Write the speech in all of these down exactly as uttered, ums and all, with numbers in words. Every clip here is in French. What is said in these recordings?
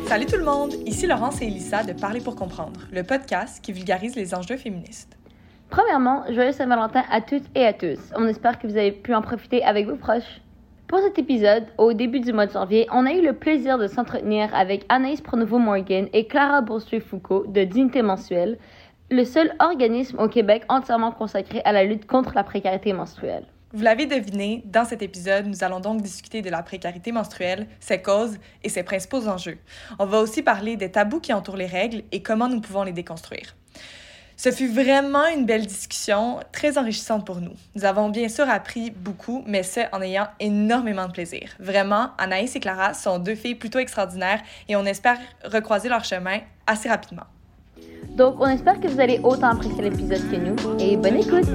Salut tout le monde, ici Laurence et Elissa de Parler pour comprendre, le podcast qui vulgarise les enjeux féministes. Premièrement, joyeux Saint-Valentin à toutes et à tous. On espère que vous avez pu en profiter avec vos proches. Pour cet épisode, au début du mois de janvier, on a eu le plaisir de s'entretenir avec Anaïs Pronovo-Morgan et Clara Boursier-Foucault de Dignité menstruelle, le seul organisme au Québec entièrement consacré à la lutte contre la précarité menstruelle. Vous l'avez deviné, dans cet épisode, nous allons donc discuter de la précarité menstruelle, ses causes et ses principaux enjeux. On va aussi parler des tabous qui entourent les règles et comment nous pouvons les déconstruire. Ce fut vraiment une belle discussion, très enrichissante pour nous. Nous avons bien sûr appris beaucoup, mais ce, en ayant énormément de plaisir. Vraiment, Anaïs et Clara sont deux filles plutôt extraordinaires et on espère recroiser leur chemin assez rapidement. Donc, on espère que vous allez autant apprécier l'épisode que nous et bonne écoute!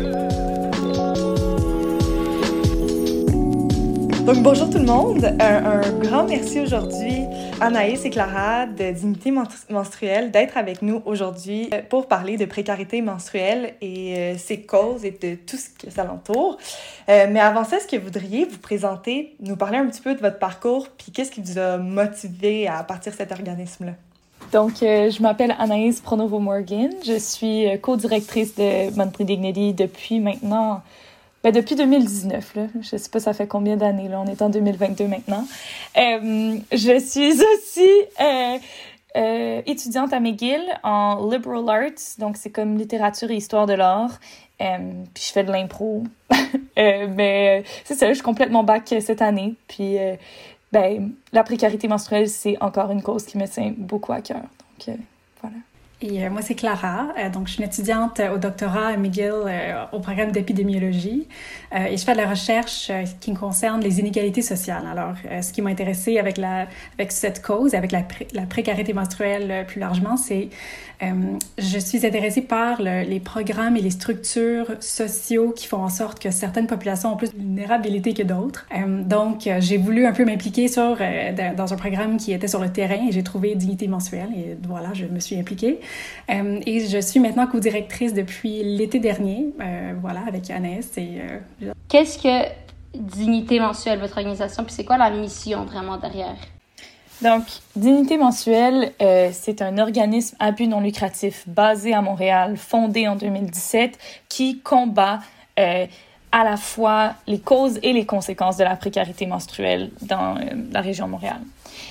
Donc, bonjour tout le monde. Un, un grand merci aujourd'hui à Anaïs et Clara de Dignité menstruelle d'être avec nous aujourd'hui pour parler de précarité menstruelle et euh, ses causes et de tout ce qui s'alentoure. Euh, mais avant ça, est-ce que vous voudriez vous présenter, nous parler un petit peu de votre parcours puis qu'est-ce qui vous a motivé à partir de cet organisme-là? Donc, euh, je m'appelle Anaïs Pronovo-Morgan. Je suis co-directrice de Monthly Dignity depuis maintenant... Ben, depuis deux mille dix-neuf, là. Je sais pas ça fait combien d'années, là. On est en deux mille vingt-deux maintenant. Euh, je suis aussi euh, euh, étudiante à McGill en Liberal Arts. Donc, c'est comme littérature et histoire de l'art. Euh, puis je fais de l'impro. euh, mais c'est ça, je suis complètement bac cette année. Puis, euh, ben, la précarité menstruelle, c'est encore une cause qui me tient beaucoup à cœur. Donc, euh, voilà. Et euh, moi, c'est Clara. Euh, donc, je suis une étudiante euh, au doctorat à McGill euh, au programme d'épidémiologie. Euh, et je fais de la recherche euh, qui concerne les inégalités sociales. Alors, euh, ce qui m'a intéressée avec, la, avec cette cause, avec la, pré- la précarité menstruelle euh, plus largement, c'est euh, je suis intéressée par le, les programmes et les structures sociaux qui font en sorte que certaines populations ont plus de vulnérabilité que d'autres. Euh, donc, euh, j'ai voulu un peu m'impliquer sur, euh, dans un programme qui était sur le terrain et j'ai trouvé Dignité menstruelle. Et voilà, je me suis impliquée. Euh, et je suis maintenant co-directrice depuis l'été dernier, euh, voilà, avec Anaïs. Et, euh... Qu'est-ce que Dignité menstruelle, votre organisation, puis c'est quoi la mission vraiment derrière? Donc, Dignité menstruelle, euh, c'est un organisme à but non lucratif basé à Montréal, fondé en deux mille dix-sept, qui combat euh, à la fois les causes et les conséquences de la précarité menstruelle dans euh, la région de Montréal.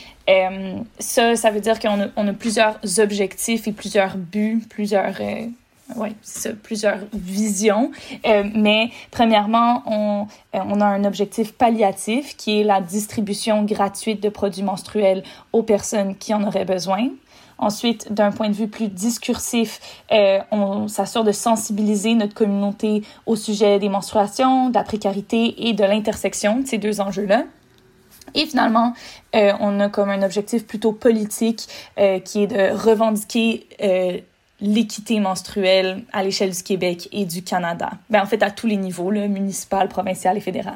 Euh, ça, ça veut dire qu'on a, on a plusieurs objectifs et plusieurs buts, plusieurs, euh, ouais, ça, plusieurs visions. Euh, mais premièrement, on, euh, on a un objectif palliatif qui est la distribution gratuite de produits menstruels aux personnes qui en auraient besoin. Ensuite, d'un point de vue plus discursif, euh, on s'assure de sensibiliser notre communauté au sujet des menstruations, de la précarité et de l'intersection de ces deux enjeux-là. Et finalement, euh, on a comme un objectif plutôt politique euh, qui est de revendiquer euh, l'équité menstruelle à l'échelle du Québec et du Canada. Ben, en fait, à tous les niveaux, là, municipal, provincial et fédéral.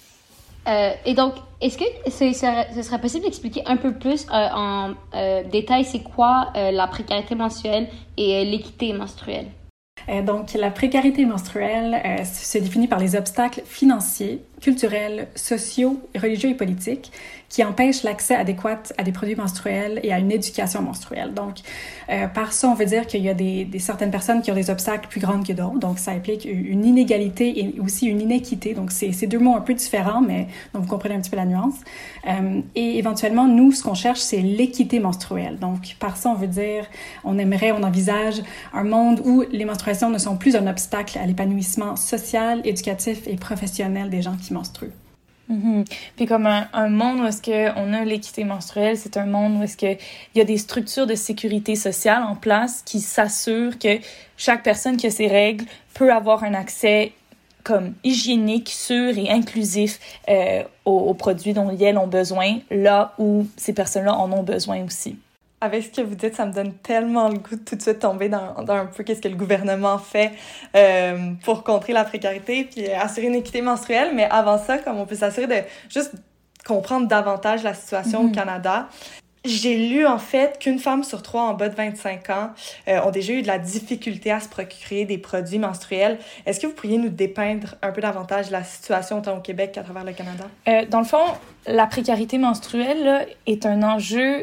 Euh, et donc, est-ce que ce serait, ce serait possible d'expliquer un peu plus euh, en euh, détail c'est quoi euh, la précarité menstruelle et euh, l'équité menstruelle? Euh, donc, la précarité menstruelle euh, se définit par les obstacles financiers, culturels, sociaux, religieux et politiques qui empêchent l'accès adéquat à des produits menstruels et à une éducation menstruelle. Donc, euh, par ça, on veut dire qu'il y a des, des certaines personnes qui ont des obstacles plus grands que d'autres. Donc, ça implique une inégalité et aussi une inéquité. Donc, c'est, c'est deux mots un peu différents, mais donc, vous comprenez un petit peu la nuance. Euh, et éventuellement, nous, ce qu'on cherche, c'est l'équité menstruelle. Donc, par ça, on veut dire, on aimerait, on envisage un monde où les menstruations ne sont plus un obstacle à l'épanouissement social, éducatif et professionnel des gens qui menstruent. Mm-hmm. Puis comme un, un monde où est-ce qu'on a l'équité menstruelle, c'est un monde où est-ce qu'il y a des structures de sécurité sociale en place qui s'assurent que chaque personne qui a ses règles peut avoir un accès comme hygiénique, sûr et inclusif euh, aux, aux produits dont elles ont besoin, là où ces personnes-là en ont besoin aussi. Avec ce que vous dites, ça me donne tellement le goût de tout de suite tomber dans, dans un peu qu'est-ce que le gouvernement fait euh, pour contrer la précarité puis assurer une équité menstruelle. Mais avant ça, comme on peut s'assurer de juste comprendre davantage la situation mm-hmm. au Canada, j'ai lu en fait qu'une femme sur trois en bas de vingt-cinq ans euh, ont déjà eu de la difficulté à se procurer des produits menstruels. Est-ce que vous pourriez nous dépeindre un peu davantage la situation autant au Québec qu'à travers le Canada? Euh, dans le fond, la précarité menstruelle là, est un enjeu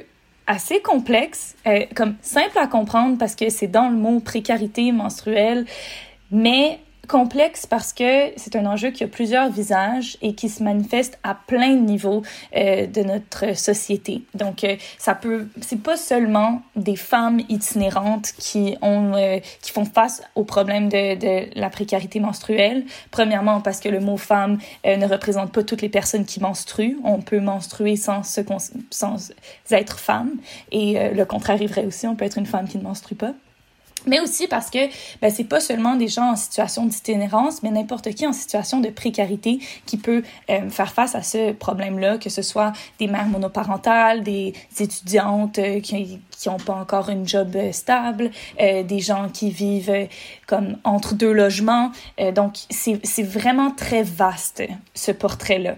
assez complexe, euh, comme simple à comprendre parce que c'est dans le mot précarité menstruelle, mais complexe parce que c'est un enjeu qui a plusieurs visages et qui se manifeste à plein de niveaux euh, de notre société. Donc, euh, ça peut, c'est pas seulement des femmes itinérantes qui ont, euh, qui font face au problème de, de la précarité menstruelle. Premièrement, parce que le mot femme euh, ne représente pas toutes les personnes qui menstruent. On peut menstruer sans se, sans être femme et euh, le contraire arriverait aussi. On peut être une femme qui ne menstrue pas. Mais aussi parce que ben, c'est pas seulement des gens en situation d'itinérance, mais n'importe qui en situation de précarité qui peut euh, faire face à ce problème-là, que ce soit des mères monoparentales, des étudiantes euh, qui qui ont pas encore une job euh, stable, euh, des gens qui vivent euh, comme entre deux logements. Euh, donc, c'est, c'est vraiment très vaste, ce portrait-là.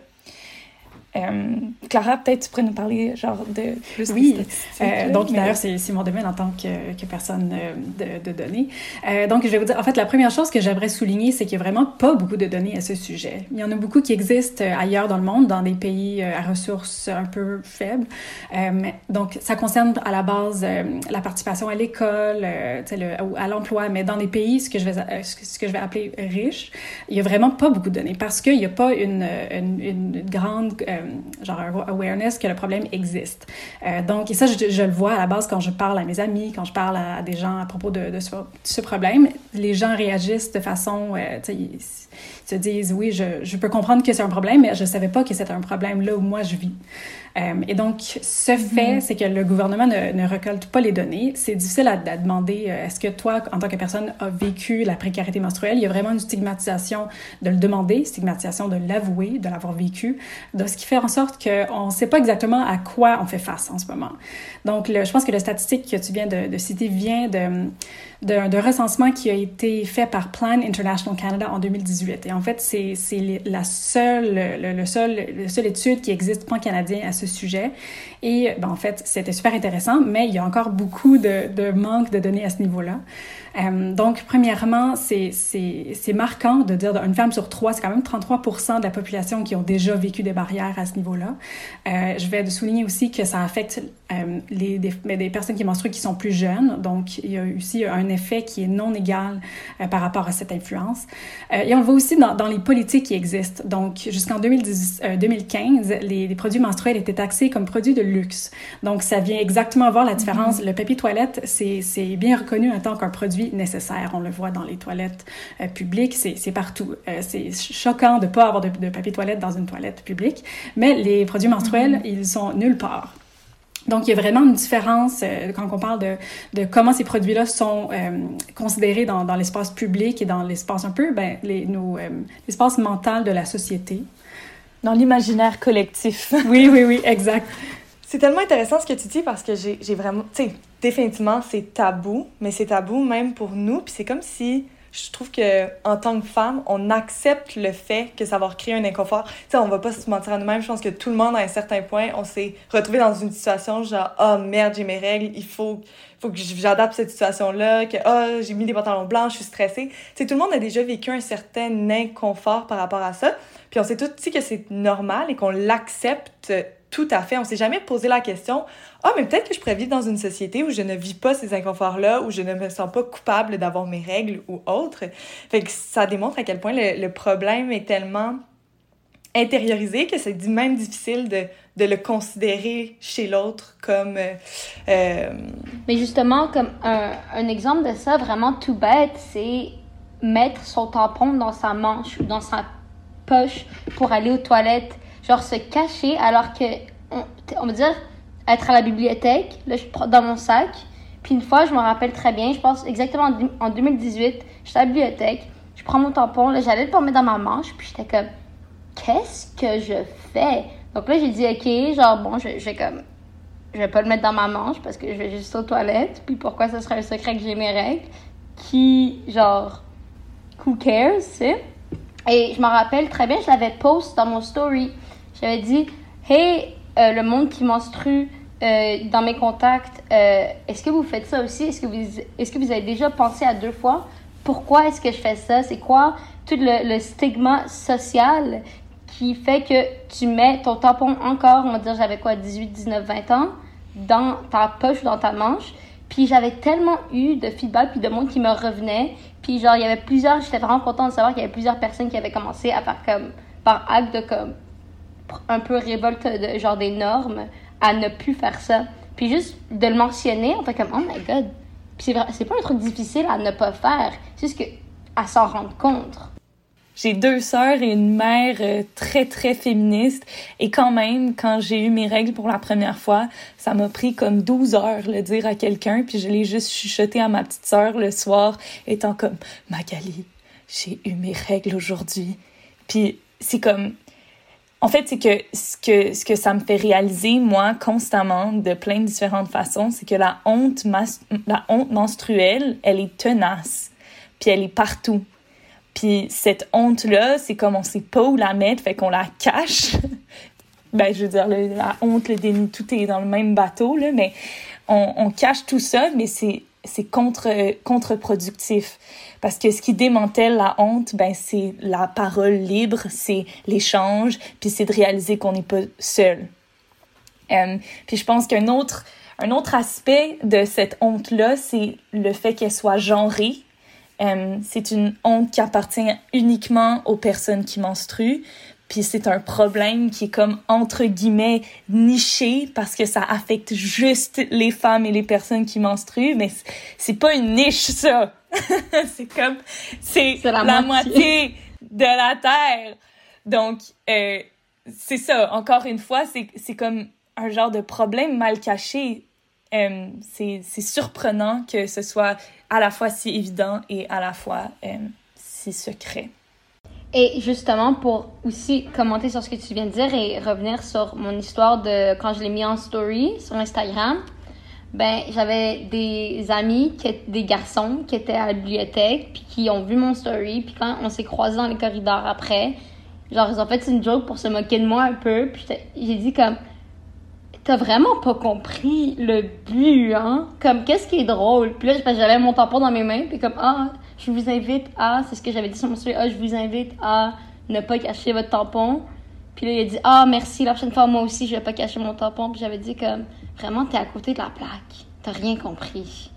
Euh, Clara, peut-être tu pourrais nous parler genre de plus oui. de statistiques. Euh, donc, mais... d'ailleurs, c'est, c'est mon domaine en tant que, que personne euh, de, de données. Euh, donc, je vais vous dire, en fait, la première chose que j'aimerais souligner, c'est qu'il n'y a vraiment pas beaucoup de données à ce sujet. Il y en a beaucoup qui existent ailleurs dans le monde, dans des pays à ressources un peu faibles. Euh, donc, ça concerne à la base euh, la participation à l'école, euh, le, à l'emploi, mais dans des pays, ce que je vais, euh, ce que je vais appeler riches, il n'y a vraiment pas beaucoup de données parce qu'il n'y a pas une, une, une grande... Euh, genre awareness que le problème existe. Euh, donc, et ça, je, je le vois à la base quand je parle à mes amis, quand je parle à, à des gens à propos de, de, ce, de ce problème. Les gens réagissent de façon, euh, tu sais, ils, ils se disent, oui, je, je peux comprendre que c'est un problème, mais je ne savais pas que c'était un problème là où moi je vis. Euh, et donc, ce fait, mmh. c'est que le gouvernement ne, ne récolte pas les données. C'est difficile à, à demander, euh, est-ce que toi, en tant que personne, as vécu la précarité menstruelle? Il y a vraiment une stigmatisation de le demander, stigmatisation de l'avouer, de l'avoir vécu, de ce qui fait en sorte qu'on ne sait pas exactement à quoi on fait face en ce moment. Donc, le, je pense que la statistique que tu viens de, de citer vient de, de, de recensement qui a été fait par Plan International Canada en deux mille dix-huit. Et en fait, c'est, c'est la seule, le, le seul, le seule étude qui existe pan-canadien à ce sujet. Et ben, en fait, c'était super intéressant, mais il y a encore beaucoup de, de manque de données à ce niveau-là. Euh, donc, premièrement, c'est, c'est, c'est marquant de dire qu'une femme sur trois, c'est quand même trente-trois pour cent de la population qui ont déjà vécu des barrières à ce niveau-là. Euh, je vais souligner aussi que ça affecte euh, les, des, des personnes qui menstruent qui sont plus jeunes. Donc, il y a aussi un effet qui est non égal euh, par rapport à cette influence. Euh, et on le voit aussi dans, dans les politiques qui existent. Donc, jusqu'en deux mille dix, euh, deux mille quinze, les, les produits menstruels étaient taxés comme produits de luxe. Donc, ça vient exactement voir la différence. Mm-hmm. Le papier toilette, c'est, c'est bien reconnu en tant qu'un produit nécessaire. On le voit dans les toilettes euh, publiques, c'est, c'est partout. Euh, c'est choquant de ne pas avoir de, de papier toilette dans une toilette publique, mais les produits menstruels, mm-hmm. ils sont nulle part. Donc, il y a vraiment une différence euh, quand on parle de, de comment ces produits-là sont euh, considérés dans, dans l'espace public et dans l'espace un peu, ben, les, nos, euh, l'espace mental de la société. Dans l'imaginaire collectif. Oui, oui, oui, exact. C'est tellement intéressant ce que tu dis parce que j'ai, j'ai vraiment... Tu sais, définitivement, c'est tabou, mais c'est tabou même pour nous. Puis c'est comme si... Je trouve qu'en tant que femme, on accepte le fait que ça va créer un inconfort. Tu sais, on va pas se mentir à nous-mêmes. Je pense que tout le monde, à un certain point, on s'est retrouvé dans une situation genre « Ah, oh, merde, j'ai mes règles, il faut, faut que j'adapte cette situation-là, que ah, oh, j'ai mis des pantalons blancs, je suis stressée. » Tu sais, tout le monde a déjà vécu un certain inconfort par rapport à ça. Puis on sait tous dit que c'est normal et qu'on l'accepte tout à fait. On s'est jamais posé la question « Ah, mais peut-être que je pourrais vivre dans une société où je ne vis pas ces inconforts-là, où je ne me sens pas coupable d'avoir mes règles ou autre. » Fait que ça démontre à quel point le, le problème est tellement intériorisé que c'est même difficile de, de le considérer chez l'autre comme... Euh, euh... Mais justement, comme un, un exemple de ça vraiment tout bête, c'est mettre son tampon dans sa manche ou dans sa poche pour aller aux toilettes. Genre se cacher alors que, on, on va dire, être à la bibliothèque, là je prends dans mon sac, puis une fois, je me rappelle très bien, je pense exactement en, en deux mille dix-huit, j'étais à la bibliothèque, je prends mon tampon, là j'allais le mettre dans ma manche, puis j'étais comme, qu'est-ce que je fais? Donc là j'ai dit, ok, genre bon, je, je vais comme, je vais pas le mettre dans ma manche parce que je vais juste aux toilettes, puis pourquoi ce serait un secret que j'ai mes règles? Qui, genre, who cares, tu sais? Et je me rappelle très bien, je l'avais post dans mon story. J'avais dit, hey, euh, le monde qui menstrue euh, dans mes contacts, euh, est-ce que vous faites ça aussi? Est-ce que vous, est-ce que vous avez déjà pensé à deux fois? Pourquoi est-ce que je fais ça? C'est quoi tout le, le stigma social qui fait que tu mets ton tampon encore, on va dire, j'avais quoi, dix-huit, dix-neuf, vingt ans, dans ta poche ou dans ta manche. Puis j'avais tellement eu de feedback puis de monde qui me revenait. Puis genre, il y avait plusieurs... J'étais vraiment contente de savoir qu'il y avait plusieurs personnes qui avaient commencé à faire comme... Par acte de comme... Un peu révolte de genre des normes, à ne plus faire ça. Puis juste de le mentionner, on fait comme « Oh my God! » Puis c'est, vrai, c'est pas un truc difficile à ne pas faire. C'est juste qu'à s'en rendre compte. J'ai deux sœurs et une mère euh, très, très féministe. Et quand même, quand j'ai eu mes règles pour la première fois, ça m'a pris comme douze heures le dire à quelqu'un. Puis je l'ai juste chuchoté à ma petite sœur le soir, étant comme « Magali, j'ai eu mes règles aujourd'hui. » Puis c'est comme... En fait, c'est que ce, que ce que ça me fait réaliser, moi, constamment, de plein de différentes façons, c'est que la honte, mas- la honte menstruelle, elle est tenace. Puis elle est partout. Puis cette honte-là, c'est comme on sait pas où la mettre, fait qu'on la cache. Ben, je veux dire, le, la honte, le déni, tout est dans le même bateau, là, mais on, on cache tout ça, mais c'est, c'est contre, contre-productif. Parce que ce qui démantèle la honte, ben, c'est la parole libre, c'est l'échange, puis c'est de réaliser qu'on n'est pas seul. Euh, puis je pense qu'un autre, un autre aspect de cette honte-là, c'est le fait qu'elle soit genrée. Euh, c'est une honte qui appartient uniquement aux personnes qui menstruent. Puis c'est un problème qui est comme, entre guillemets, niché parce que ça affecte juste les femmes et les personnes qui menstruent. Mais c'est, c'est pas une niche, ça! c'est comme... C'est, c'est la, la moitié. moitié de la Terre! Donc, euh, c'est ça. Encore une fois, c'est, c'est comme un genre de problème mal caché. Euh, c'est, c'est surprenant que ce soit à la fois si évident et à la fois euh, si secret. Et justement, pour aussi commenter sur ce que tu viens de dire et revenir sur mon histoire de quand je l'ai mis en story sur Instagram, ben j'avais des amis, qui, des garçons qui étaient à la bibliothèque puis qui ont vu mon story, puis quand on s'est croisés dans les corridors après, genre ils ont fait une joke pour se moquer de moi un peu, puis j'ai dit comme t'as vraiment pas compris le but, hein? Comme, qu'est-ce qui est drôle? Puis là, j'avais mon tampon dans mes mains, puis comme, ah, je vous invite à, c'est ce que j'avais dit sur mon story, ah, je vous invite à ne pas cacher votre tampon. Puis là, il a dit, ah, merci, la prochaine fois, moi aussi, je vais pas cacher mon tampon. Puis j'avais dit, comme, vraiment, t'es à côté de la plaque. T'as rien compris.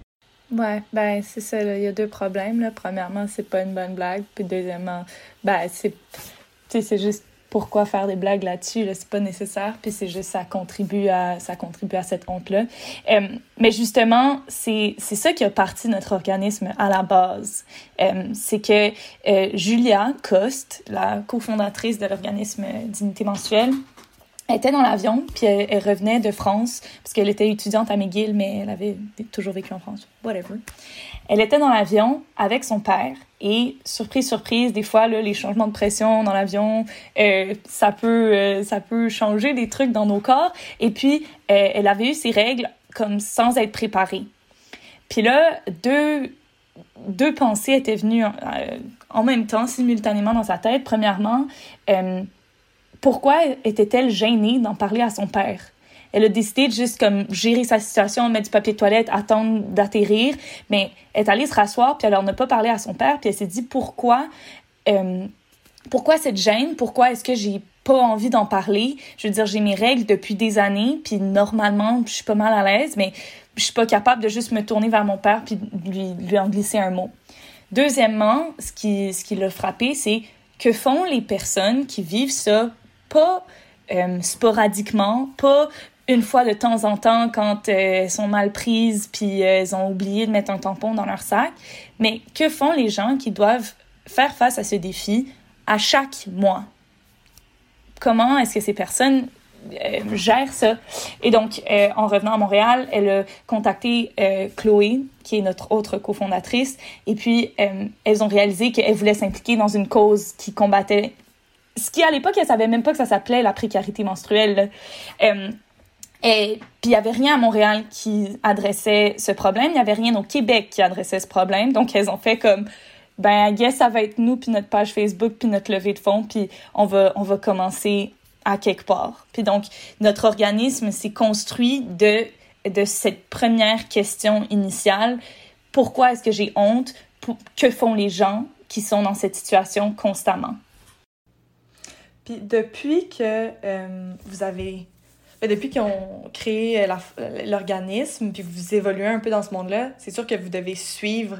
Ouais, ben, c'est ça, là. Il y a deux problèmes, là. Premièrement, c'est pas une bonne blague. Puis deuxièmement, ben, c'est, tu sais, c'est juste, pourquoi faire des blagues là-dessus, là, c'est pas nécessaire, puis c'est juste ça contribue à ça contribue à cette honte-là. Euh, mais justement, c'est c'est ça qui a parti notre organisme à la base. Euh, c'est que euh, Julia Coste, la cofondatrice de l'organisme Dignité mensuelle, elle était dans l'avion, puis elle, elle revenait de France, parce qu'elle était étudiante à McGill, mais elle avait toujours vécu en France, whatever. Elle était dans l'avion avec son père, et surprise, surprise, des fois, là, les changements de pression dans l'avion, euh, ça peut, euh, ça peut changer des trucs dans nos corps. Et puis, euh, elle avait eu ses règles comme sans être préparée. Puis là, deux, deux pensées étaient venues euh, en même temps, simultanément dans sa tête. Premièrement, euh, pourquoi était-elle gênée d'en parler à son père? Elle a décidé de juste comme gérer sa situation, mettre du papier de toilette, attendre d'atterrir. Mais elle est allée se rasseoir, puis elle n'en a pas parlé à son père. Puis elle s'est dit pourquoi, euh, pourquoi cette gêne? Pourquoi est-ce que j'ai pas envie d'en parler? Je veux dire, j'ai mes règles depuis des années, puis normalement, je suis pas mal à l'aise, mais je suis pas capable de juste me tourner vers mon père puis lui, lui en glisser un mot. Deuxièmement, ce qui, ce qui l'a frappé, c'est que font les personnes qui vivent ça pas euh, sporadiquement, pas une fois de temps en temps quand euh, elles sont mal prises puis euh, elles ont oublié de mettre un tampon dans leur sac. Mais que font les gens qui doivent faire face à ce défi à chaque mois? Comment est-ce que ces personnes euh, gèrent ça? Et donc, euh, en revenant à Montréal, elle a contacté euh, Chloé, qui est notre autre cofondatrice, et puis euh, elles ont réalisé qu'elles voulaient s'impliquer dans une cause qui combattait... Ce qui, à l'époque, elles ne savaient même pas que ça s'appelait la précarité menstruelle. Euh, Et puis, il n'y avait rien à Montréal qui adressait ce problème. Il n'y avait rien au Québec qui adressait ce problème. Donc, elles ont fait comme, ben, I guess, ça va être nous, puis notre page Facebook, puis notre levée de fonds, puis on va, on va commencer à quelque part. Puis donc, notre organisme s'est construit de, de cette première question initiale. Pourquoi est-ce que j'ai honte? Pour, que font les gens qui sont dans cette situation constamment? Puis depuis que euh, vous avez Ben, depuis qu'ils ont créé la, l'organisme, puis vous évoluez un peu dans ce monde-là, c'est sûr que vous devez suivre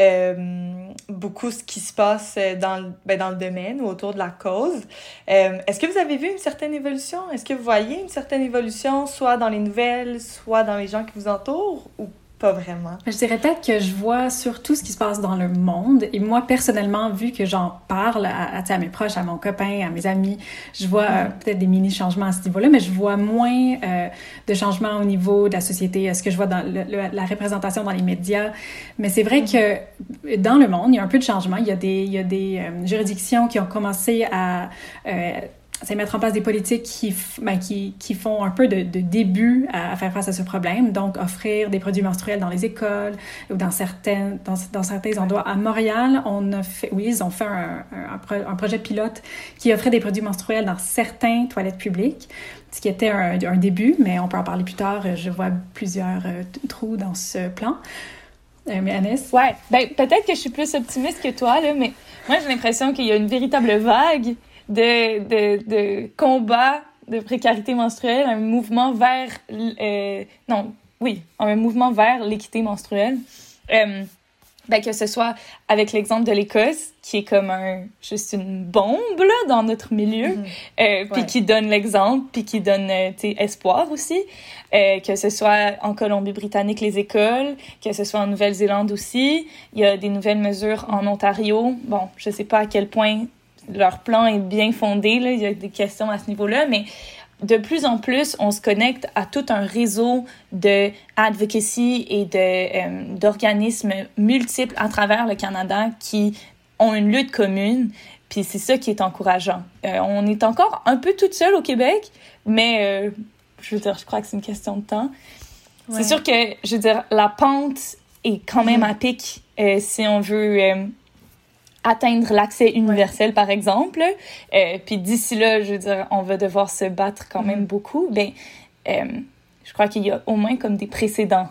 euh, beaucoup ce qui se passe dans, ben, dans le domaine ou autour de la cause. Euh, est-ce que vous avez vu une certaine évolution? Est-ce que vous voyez une certaine évolution, soit dans les nouvelles, soit dans les gens qui vous entourent, ou pas vraiment? Je dirais peut-être que je vois surtout ce qui se passe dans le monde. Et moi, personnellement, vu que j'en parle à, à, à mes proches, à mon copain, à mes amis, je vois euh, peut-être des mini-changements à ce niveau-là, mais je vois moins euh, de changements au niveau de la société, ce que je vois dans le, le, la représentation dans les médias. Mais c'est vrai que dans le monde, il y a un peu de changement. Il y a des, il y a des euh, juridictions qui ont commencé à... Euh, c'est mettre en place des politiques qui, ben, qui, qui font un peu de, de début à, à faire face à ce problème. Donc, offrir des produits menstruels dans les écoles ou dans, certaines, dans, dans certains endroits. À Montréal, on a fait, oui, ils ont fait un, un, un, pro, un projet pilote qui offrait des produits menstruels dans certains toilettes publiques, ce qui était un, un début, mais on peut en parler plus tard. Je vois plusieurs euh, trous dans ce plan. Euh, mais Anaïs? Ouais, ben, peut-être que je suis plus optimiste que toi, là, mais moi, j'ai l'impression qu'il y a une véritable vague de, de, de combat de précarité menstruelle, un mouvement vers... Euh, non, oui, un mouvement vers l'équité menstruelle. Euh, ben, que ce soit avec l'exemple de l'Écosse, qui est comme un, juste une bombe là, dans notre milieu, mm-hmm. euh, puis ouais. qui donne l'exemple, puis qui donne euh, espoir aussi. Euh, que ce soit en Colombie-Britannique, les écoles, que ce soit en Nouvelle-Zélande aussi. Il y a des nouvelles mesures en Ontario. Bon, je sais pas à quel point leur plan est bien fondé, là. Il y a des questions à ce niveau-là, mais de plus en plus, on se connecte à tout un réseau de advocacy et de, euh, d'organismes multiples à travers le Canada qui ont une lutte commune, puis c'est ça qui est encourageant. Euh, on est encore un peu toute seule au Québec, mais euh, je veux dire, je crois que c'est une question de temps. Ouais. C'est sûr que, je veux dire, la pente est quand même mmh. à pic euh, si on veut... Euh, atteindre l'accès universel, ouais. par exemple. Euh, puis d'ici là, je veux dire, on va devoir se battre quand même mm. beaucoup. Ben, euh, je crois qu'il y a au moins comme des précédents.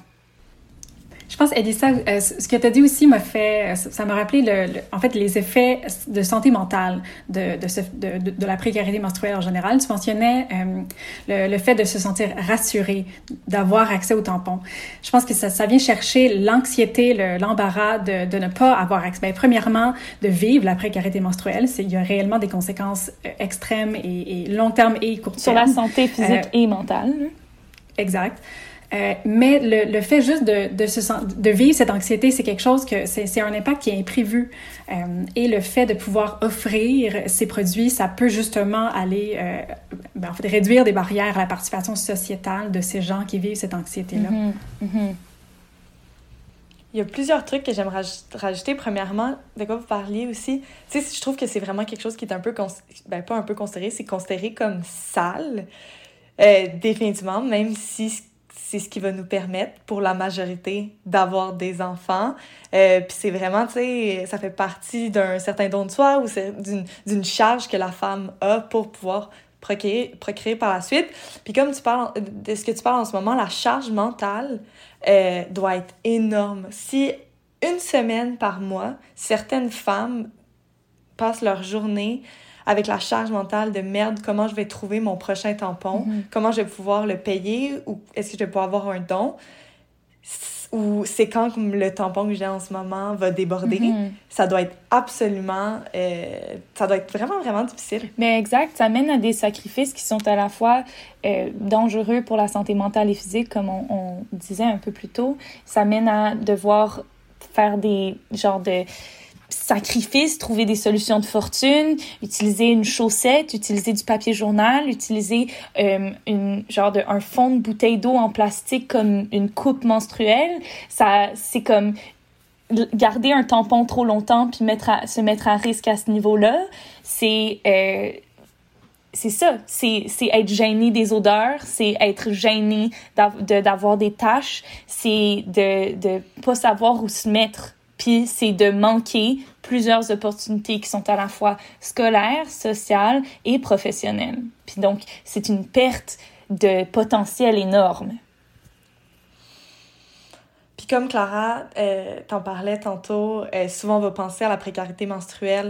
Je pense, Elissa, euh, ce que tu as dit aussi m'a fait... Ça m'a rappelé, le, le, en fait, les effets de santé mentale de, de, ce, de, de, de la précarité menstruelle en général. Tu mentionnais euh, le, le fait de se sentir rassuré, d'avoir accès aux tampons. Je pense que ça, ça vient chercher l'anxiété, le, l'embarras de, de ne pas avoir accès. Bien, premièrement, de vivre la précarité menstruelle. C'est, il y a réellement des conséquences extrêmes et, et long terme et court terme. Sur la santé physique euh, et mentale. Exact. Euh, mais le, le fait juste de, de, se, de vivre cette anxiété, c'est quelque chose que c'est, c'est un impact qui est imprévu. Euh, et le fait de pouvoir offrir ces produits, ça peut justement aller euh, ben, en fait, réduire des barrières à la participation sociétale de ces gens qui vivent cette anxiété-là. Mm-hmm. Mm-hmm. Il y a plusieurs trucs que j'aimerais rajouter. Premièrement, de quoi vous parliez aussi, tu sais, je trouve que c'est vraiment quelque chose qui est un peu, cons- ben pas un peu considéré, c'est considéré comme sale, euh, définitivement, même si c'est ce qui va nous permettre, pour la majorité, d'avoir des enfants. Euh, puis c'est vraiment, tu sais, ça fait partie d'un certain don de soi ou c'est d'une, d'une charge que la femme a pour pouvoir procréer, procréer par la suite. Puis comme tu parles de ce que tu parles en ce moment, la charge mentale euh, doit être énorme. Si une semaine par mois, certaines femmes passent leur journée avec la charge mentale de merde, comment je vais trouver mon prochain tampon, mm-hmm. comment je vais pouvoir le payer, ou est-ce que je vais pouvoir avoir un don, ou c'est quand comme le tampon que j'ai en ce moment va déborder. Mm-hmm. Ça doit être absolument... Euh, ça doit être vraiment, vraiment difficile. Mais exact, ça mène à des sacrifices qui sont à la fois euh, dangereux pour la santé mentale et physique, comme on, on disait un peu plus tôt. Ça mène à devoir faire des genres de... sacrifices, trouver des solutions de fortune, utiliser une chaussette, utiliser du papier journal, utiliser euh, une genre de un fond de bouteille d'eau en plastique comme une coupe menstruelle. Ça, c'est comme garder un tampon trop longtemps puis mettre à, se mettre à risque à ce niveau-là. C'est euh, c'est ça, c'est, c'est être gêné des odeurs, c'est être gêné d'av- de, d'avoir des taches, c'est de de pas savoir où se mettre. Puis c'est de manquer plusieurs opportunités qui sont à la fois scolaires, sociales et professionnelles. Puis donc, c'est une perte de potentiel énorme. Puis comme Clara, euh, t'en parlais tantôt, euh, souvent on va penser à la précarité menstruelle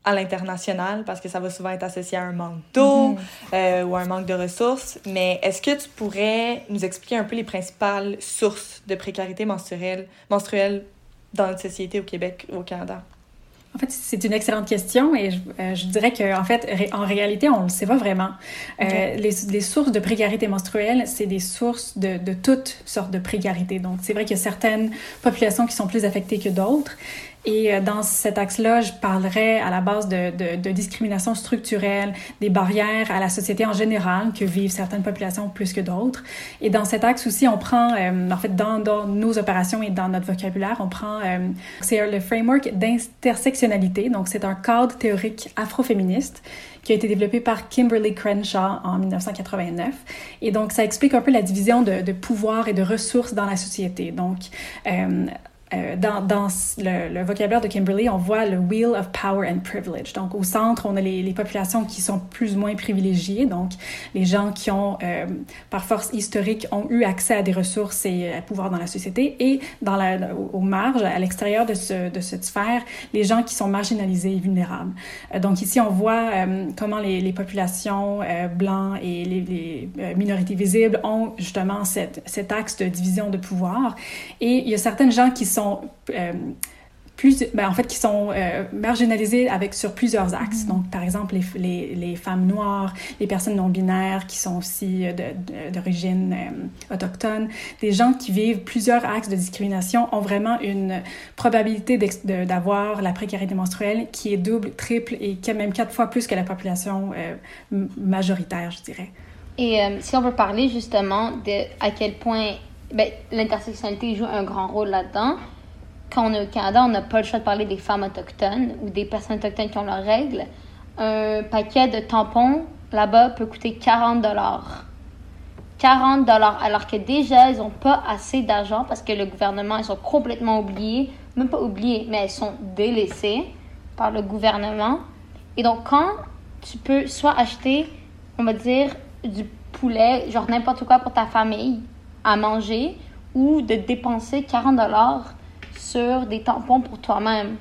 à l'international, parce que ça va souvent être associé à un manque d'eau mm-hmm. euh, ou à un manque de ressources. Mais est-ce que tu pourrais nous expliquer un peu les principales sources de précarité menstruelle, menstruelle dans notre société au Québec ou au Canada? En fait, c'est une excellente question et je, euh, je dirais qu'en fait, ré, en réalité, on ne le sait pas vraiment. Euh, okay. les, les sources de précarité menstruelle, c'est des sources de, de toutes sortes de précarité. Donc, c'est vrai qu'il y a certaines populations qui sont plus affectées que d'autres. Et dans cet axe-là, je parlerai à la base de, de, de discrimination structurelle, des barrières à la société en général que vivent certaines populations plus que d'autres. Et dans cet axe aussi, on prend, euh, en fait, dans, dans nos opérations et dans notre vocabulaire, on prend, euh, c'est le framework d'intersectionnalité. Donc, c'est un cadre théorique afroféministe qui a été développé par Kimberly Crenshaw en dix-neuf cent quatre-vingt-neuf. Et donc, ça explique un peu la division de, de pouvoir et de ressources dans la société. Donc, euh, Euh, dans dans le, le vocabulaire de Kimberly, on voit le Wheel of Power and Privilege. Donc, au centre, on a les, les populations qui sont plus ou moins privilégiées, donc les gens qui ont, euh, par force historique, ont eu accès à des ressources et à pouvoir dans la société. Et dans la, aux marges, à l'extérieur de, ce, de cette sphère, les gens qui sont marginalisés et vulnérables. Euh, donc, ici, on voit euh, comment les, les populations euh, blancs et les, les euh, minorités visibles ont justement cette, cet axe de division de pouvoir. Et il y a certaines gens qui sont sont euh, plus, ben, en fait, qui sont euh, marginalisés avec, sur plusieurs axes. Mm-hmm. Donc, par exemple, les, les, les femmes noires, les personnes non-binaires qui sont aussi de, de, d'origine euh, autochtone, des gens qui vivent plusieurs axes de discrimination ont vraiment une probabilité de, d'avoir la précarité menstruelle qui est double, triple et même quatre fois plus que la population euh, majoritaire, je dirais. Et euh, si on veut parler justement de à quel point ben, l'intersectionnalité joue un grand rôle là-dedans. Quand on est au Canada, on n'a pas le choix de parler des femmes autochtones ou des personnes autochtones qui ont leurs règles. Un paquet de tampons, là-bas, peut coûter quarante dollars. quarante dollars, alors que déjà, ils n'ont pas assez d'argent parce que le gouvernement, ils sont complètement oubliés. Même pas oubliés, mais ils sont délaissés par le gouvernement. Et donc, quand tu peux soit acheter, on va dire, du poulet, genre n'importe quoi pour ta famille, à manger, ou de dépenser quarante dollars sur des tampons pour toi-même.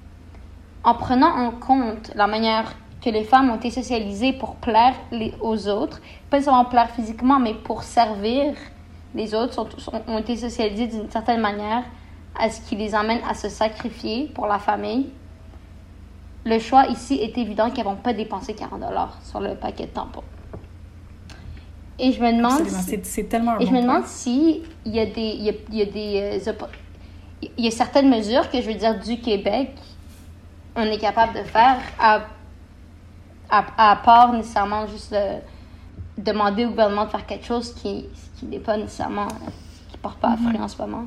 En prenant en compte la manière que les femmes ont été socialisées pour plaire les, aux autres, pas seulement plaire physiquement, mais pour servir les autres, sont, sont, ont été socialisées d'une certaine manière à ce qui les amène à se sacrifier pour la famille. Le choix ici est évident qu'elles ne vont pas dépenser quarante dollars sur le paquet de tampons. Et je me demande si, c'est, c'est tellement un et bon je me demande point. si il y a des il y a, il y a des euh, il y a certaines mesures que je veux dire du Québec on est capable de faire à à, à part nécessairement juste de demander au gouvernement de faire quelque chose qui qui n'est pas nécessairement qui porte pas à fruit mm-hmm. en ce moment.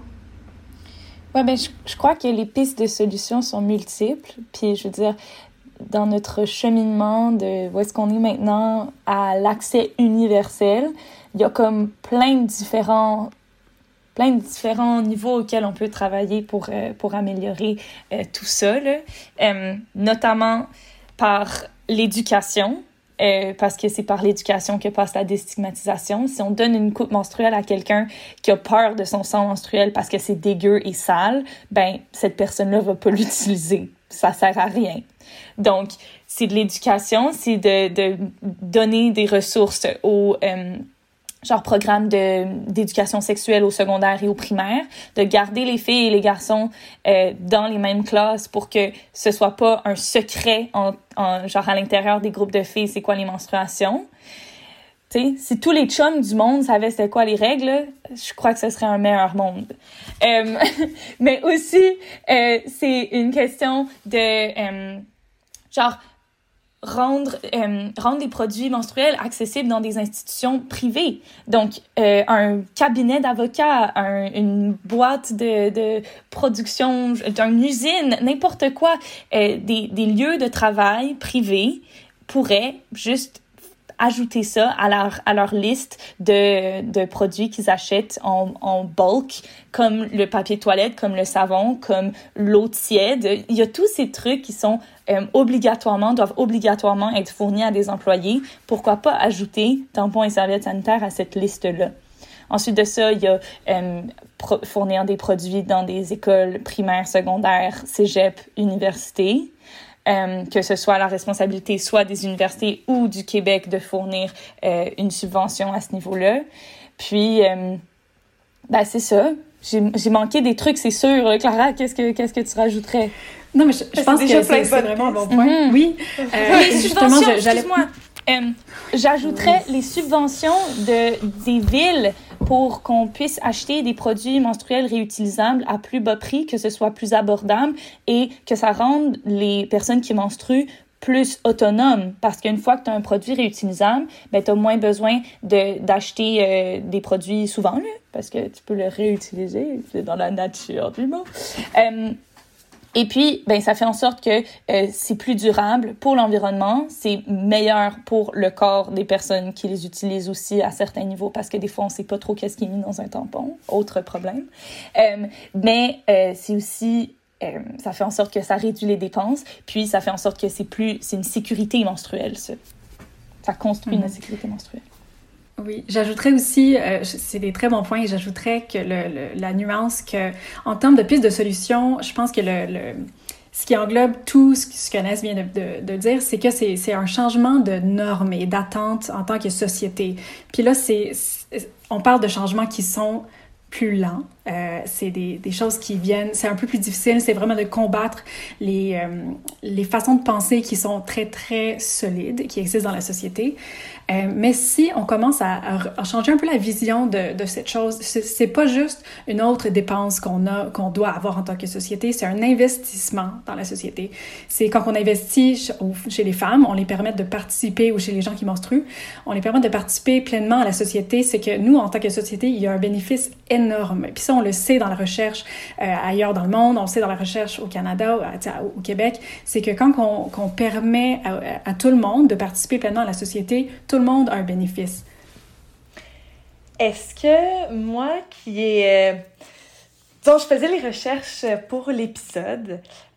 Ouais, ben je, je crois que les pistes de solutions sont multiples, puis je veux dire dans notre cheminement de où est-ce qu'on est maintenant à l'accès universel, il y a comme plein de différents plein de différents niveaux auxquels on peut travailler pour euh, pour améliorer euh, tout ça là. Euh, notamment par l'éducation. Euh, parce que c'est par l'éducation que passe la déstigmatisation. Si on donne une coupe menstruelle à quelqu'un qui a peur de son sang menstruel parce que c'est dégueu et sale, ben cette personne-là va pas l'utiliser. Ça sert à rien. Donc, c'est de l'éducation, c'est de, de donner des ressources aux euh, genre programmes de, d'éducation sexuelle au secondaire et au primaire, de garder les filles et les garçons euh, dans les mêmes classes pour que ce soit pas un secret en, en genre à l'intérieur des groupes de filles, c'est quoi les menstruations. Tu sais, si tous les chums du monde savaient c'était quoi les règles, je crois que ce serait un meilleur monde. Euh, mais aussi, euh, c'est une question de euh, genre rendre euh, rendre les produits menstruels accessibles dans des institutions privées. Donc euh, un cabinet d'avocats, un, une boîte de de production, d'une usine, n'importe quoi, euh, des des lieux de travail privés pourraient juste ajouter ça à leur à leur liste de de produits qu'ils achètent en en bulk, comme le papier toilette, comme le savon, comme l'eau tiède. Il y a tous ces trucs qui sont euh, obligatoirement doivent obligatoirement être fournis à des employés. Pourquoi pas ajouter tampons et serviettes sanitaires à cette liste-là? Ensuite de ça, il y a euh, pro- fournir des produits dans des écoles primaires, secondaires, cégep, universités. euh, que ce soit la responsabilité soit des universités ou du Québec de fournir euh, une subvention à ce niveau-là. Puis, euh, ben c'est ça. J'ai, j'ai manqué des trucs, c'est sûr. Clara, qu'est-ce que, qu'est-ce que tu rajouterais? Non, mais je, je pense que c'est, c'est vraiment un bon point. Mm-hmm. Oui. Euh, les subventions, je, j'allais... excuse-moi. Euh, j'ajouterais oui. les subventions de, des villes pour qu'on puisse acheter des produits menstruels réutilisables à plus bas prix, que ce soit plus abordable et que ça rende les personnes qui menstruent plus autonomes. Parce qu'une fois que tu as un produit réutilisable, ben, tu as moins besoin de, d'acheter euh, des produits souvent, là, parce que tu peux le réutiliser, c'est dans la nature du mot. Euh, Et puis, ben, ça fait en sorte que euh, c'est plus durable pour l'environnement, c'est meilleur pour le corps des personnes qui les utilisent aussi à certains niveaux, parce que des fois, on sait pas trop qu'est-ce qui est mis dans un tampon, autre problème. Euh, mais euh, c'est aussi, euh, ça fait en sorte que ça réduit les dépenses, puis ça fait en sorte que c'est plus, c'est une sécurité menstruelle, ça. Ça construit mmh. une sécurité menstruelle. Oui, j'ajouterais aussi, euh, c'est des très bons points, et j'ajouterais que le, le, la nuance que, en termes de pistes de solutions, je pense que le, le ce qui englobe tout ce, ce qu'Anaïs vient de, de, de dire, c'est que c'est, c'est un changement de normes et d'attentes en tant que société. Puis là, c'est, c'est on parle de changements qui sont plus lents. Euh, c'est des, des choses qui viennent, c'est un peu plus difficile, c'est vraiment de combattre les, euh, les façons de penser qui sont très, très solides, qui existent dans la société. Euh, mais si on commence à, à, à changer un peu la vision de, de cette chose, c'est, c'est pas juste une autre dépense qu'on a, qu'on doit avoir en tant que société, c'est un investissement dans la société. C'est quand on investit chez les femmes, on les permet de participer, ou chez les gens qui menstruent, on les permet de participer pleinement à la société, c'est que nous, en tant que société, il y a un bénéfice énorme. Puis ça, on le sait dans la recherche euh, ailleurs dans le monde, on le sait dans la recherche au Canada, à, au Québec, c'est que quand on, qu'on permet à, à tout le monde de participer pleinement à la société, tout le monde a un bénéfice. Est-ce que moi qui ai... Euh, donc, je faisais les recherches pour l'épisode,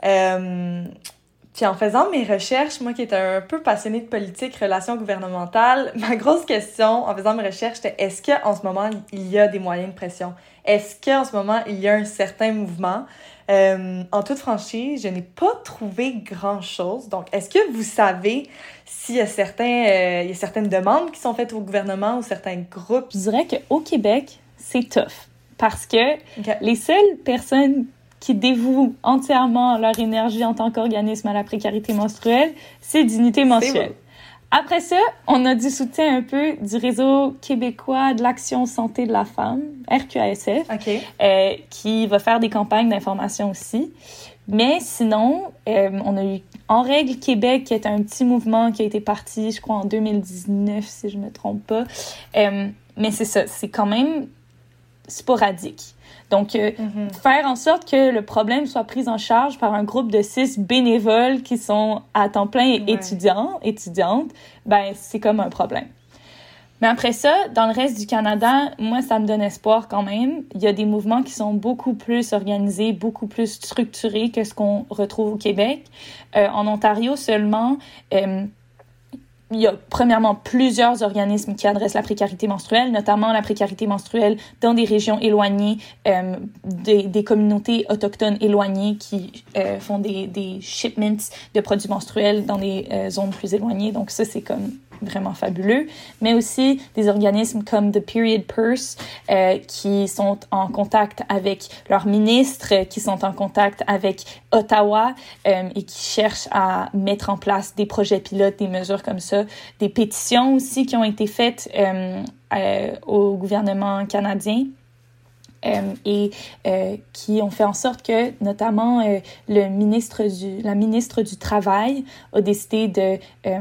euh, puis en faisant mes recherches, moi qui étais un peu passionnée de politique, relations gouvernementales, ma grosse question en faisant mes recherches, c'était est-ce qu'en ce moment, il y a des moyens de pression? Est-ce qu'en ce moment, il y a un certain mouvement? Euh, en toute franchise, je n'ai pas trouvé grand-chose. Donc, est-ce que vous savez s'il y a, certains, euh, il y a certaines demandes qui sont faites au gouvernement ou certains groupes? Je dirais qu'au Québec, c'est tough. Parce que okay. les seules personnes qui dévouent entièrement leur énergie en tant qu'organisme à la précarité menstruelle, c'est Dignité mensuelle. Après ça, on a du soutien un peu du Réseau québécois de l'Action Santé de la Femme, R Q A S F, okay. euh, qui va faire des campagnes d'information aussi. Mais sinon, euh, on a eu En Règle Québec, qui est un petit mouvement qui a été parti, je crois, en deux mille dix-neuf, si je me trompe pas. Euh, mais c'est ça, c'est quand même sporadique. Donc, euh, mm-hmm. faire en sorte que le problème soit pris en charge par un groupe de six bénévoles qui sont à temps plein et ouais. étudiants, étudiantes, ben c'est comme un problème. Mais après ça, dans le reste du Canada, moi, ça me donne espoir quand même. Il y a des mouvements qui sont beaucoup plus organisés, beaucoup plus structurés que ce qu'on retrouve au Québec. Euh, en Ontario seulement, euh, il y a premièrement plusieurs organismes qui adressent la précarité menstruelle, notamment la précarité menstruelle dans des régions éloignées, euh, des, des communautés autochtones éloignées qui euh, font des, des shipments de produits menstruels dans des euh, zones plus éloignées. Donc ça, c'est comme vraiment fabuleux. Mais aussi des organismes comme The Period Purse euh, qui sont en contact avec leurs ministres, qui sont en contact avec Ottawa euh, et qui cherchent à mettre en place des projets pilotes, des mesures comme ça. Des pétitions aussi qui ont été faites euh, euh, au gouvernement canadien euh, et euh, qui ont fait en sorte que, notamment, euh, le ministre du, la ministre du Travail a décidé de euh,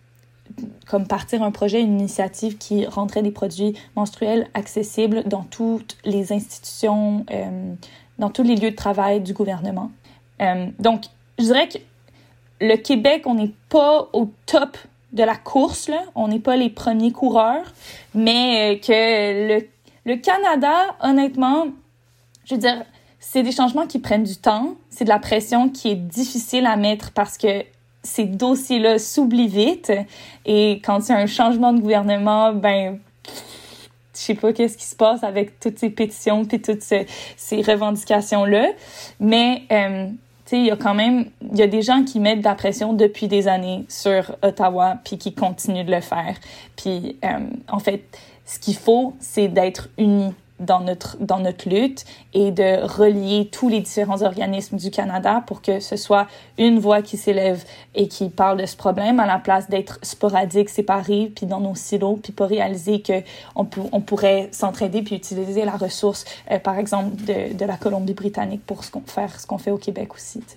comme partir un projet, une initiative qui rendrait des produits menstruels accessibles dans toutes les institutions, euh, dans tous les lieux de travail du gouvernement. Euh, donc, je dirais que le Québec, on n'est pas au top de la course, là. On n'est pas les premiers coureurs, mais que le, le Canada, honnêtement, je veux dire, c'est des changements qui prennent du temps, c'est de la pression qui est difficile à mettre parce que ces dossiers-là s'oublient vite, et quand il y a un changement de gouvernement, ben, je sais pas qu'est-ce qui se passe avec toutes ces pétitions puis toutes ces, ces revendications-là, mais euh, tu sais, il y a quand même, il y a des gens qui mettent de la pression depuis des années sur Ottawa, puis qui continuent de le faire. Puis, euh, en fait, ce qu'il faut, c'est d'être unis dans notre, dans notre lutte et de relier tous les différents organismes du Canada pour que ce soit une voix qui s'élève et qui parle de ce problème à la place d'être sporadique, séparé, puis dans nos silos, puis pas réaliser qu'on on pourrait s'entraider puis utiliser la ressource, euh, par exemple, de, de la Colombie-Britannique pour ce qu'on, faire ce qu'on fait au Québec aussi, tu sais.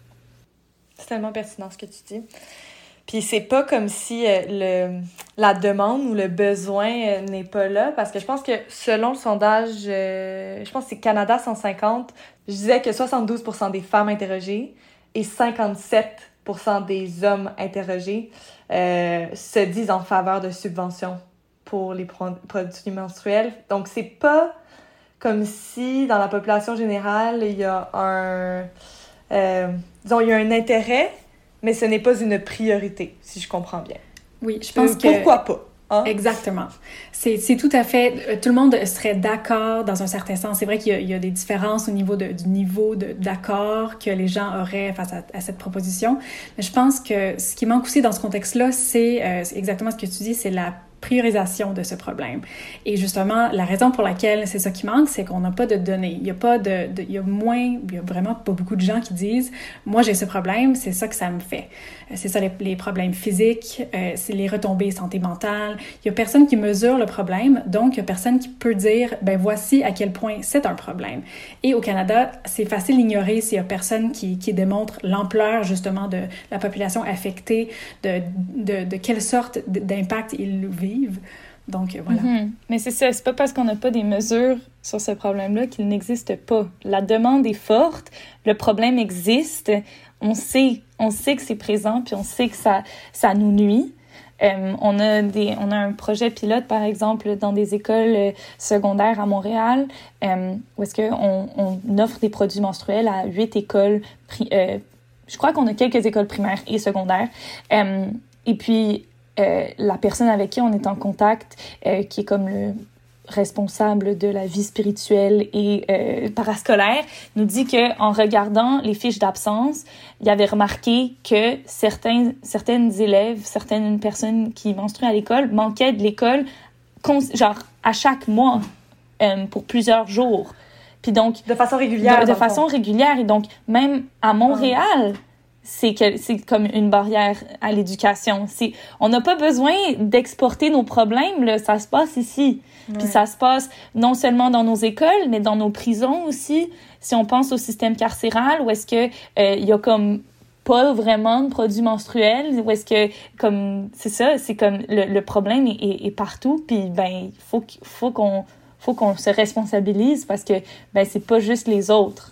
C'est tellement pertinent ce que tu dis. Puis c'est pas comme si euh, le, la demande ou le besoin euh, n'est pas là, parce que je pense que selon le sondage, euh, je pense que c'est Canada cent cinquante, je disais que soixante-douze pour cent des femmes interrogées et cinquante-sept pour cent des hommes interrogés euh, se disent en faveur de subventions pour les pro- produits menstruels. Donc c'est pas comme si dans la population générale, il y a un... Euh, disons, il y a un intérêt, mais ce n'est pas une priorité, si je comprends bien. Oui, je pense euh, que... Pourquoi pas? Hein? Exactement. C'est, c'est tout à fait... Tout le monde serait d'accord dans un certain sens. C'est vrai qu'il y a, il y a des différences au niveau de, du niveau de, d'accord que les gens auraient face à, à cette proposition. Mais je pense que ce qui manque aussi dans ce contexte-là, c'est, euh, c'est exactement ce que tu dis, c'est la priorisation de ce problème. Et justement, la raison pour laquelle c'est ça qui manque, c'est qu'on n'a pas de données. Il y a pas de, de, il y a moins, il y a vraiment pas beaucoup de gens qui disent « Moi, j'ai ce problème, c'est ça que ça me fait. » C'est ça les, les problèmes physiques, euh, c'est les retombées santé mentale. Il y a personne qui mesure le problème, donc il y a personne qui peut dire « Ben voici à quel point c'est un problème. » Et au Canada, c'est facile d'ignorer s'il y a personne qui, qui démontre l'ampleur justement de la population affectée, de, de, de quelle sorte d'impact ils vivent. Donc, voilà. Mm-hmm. Mais c'est ça, c'est pas parce qu'on n'a pas des mesures sur ce problème-là qu'il n'existe pas. La demande est forte, le problème existe, on sait, on sait que c'est présent, puis on sait que ça, ça nous nuit. Euh, on a des, on a un projet pilote, par exemple, dans des écoles secondaires à Montréal, euh, où est-ce qu'on on offre des produits menstruels à huit écoles, pri- euh, je crois qu'on a quelques écoles primaires et secondaires. Euh, et puis, Euh, la personne avec qui on est en contact, euh, qui est comme le responsable de la vie spirituelle et euh, parascolaire, nous dit qu'en regardant les fiches d'absence, il avait remarqué que certains, certaines élèves, certaines personnes qui menstruent à l'école manquaient de l'école cons- genre à chaque mois euh, pour plusieurs jours. Puis donc, de façon régulière. De, de façon régulière. Et donc, même à Montréal... Oh. C'est, que, c'est comme une barrière à l'éducation. C'est, on n'a pas besoin d'exporter nos problèmes, là, ça se passe ici. Ouais. Puis ça se passe non seulement dans nos écoles, mais dans nos prisons aussi. Si on pense au système carcéral, où est-ce que euh, il y a comme pas vraiment de produits menstruels, où est-ce que, comme, c'est ça, c'est comme le, le problème est, est, est partout, puis ben, il faut, faut qu'on, faut qu'on se responsabilise parce que, ben, c'est pas juste les autres.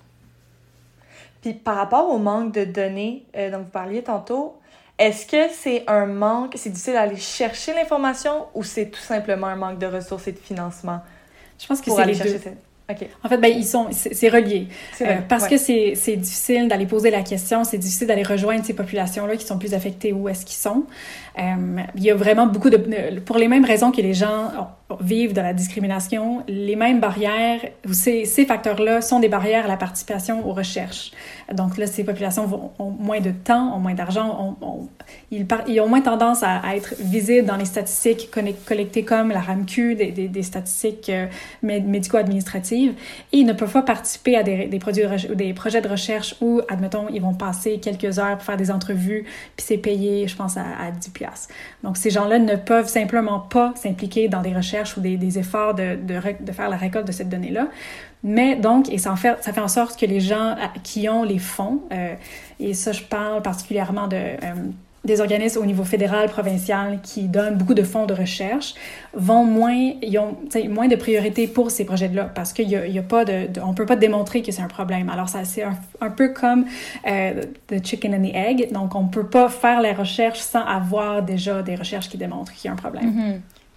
Puis par rapport au manque de données euh, dont vous parliez tantôt, est-ce que c'est un manque, c'est difficile d'aller chercher l'information ou c'est tout simplement un manque de ressources et de financement? Je pense que pour c'est aller les chercher deux. Cette... Okay. En fait, ben, ils sont, c'est, c'est relié. C'est euh, parce ouais. que c'est, c'est difficile d'aller poser la question, c'est difficile d'aller rejoindre ces populations-là qui sont plus affectées où est-ce qu'ils sont. Euh, il y a vraiment beaucoup de... Pour les mêmes raisons que les gens vivent de la discrimination, les mêmes barrières, ou ces, ces facteurs-là sont des barrières à la participation aux recherches. Donc là, ces populations vont, ont moins de temps, ont moins d'argent, ont, ont, ils, par, ils ont moins tendance à, à être visibles dans les statistiques collectées comme la R A M Q, des, des, des statistiques euh, médico-administratives, et ils ne peuvent pas participer à des, des, produits de, des projets de recherche où, admettons, ils vont passer quelques heures pour faire des entrevues, puis c'est payé, je pense, à, à dix dollars. Donc, ces gens-là ne peuvent simplement pas s'impliquer dans des recherches ou des, des efforts de, de, de faire la récolte de cette donnée-là. Mais donc, et ça, en fait, ça fait en sorte que les gens qui ont les fonds, euh, et ça, je parle particulièrement de... Euh, des organismes au niveau fédéral, provincial, qui donnent beaucoup de fonds de recherche, vont moins, ils ont moins de priorité pour ces projets-là, parce qu'il y a, il y a pas de, de, on peut pas démontrer que c'est un problème. Alors, ça, c'est un, un peu comme euh, the chicken and the egg. Donc, on peut pas faire les recherches sans avoir déjà des recherches qui démontrent qu'il y a un problème. Mm-hmm.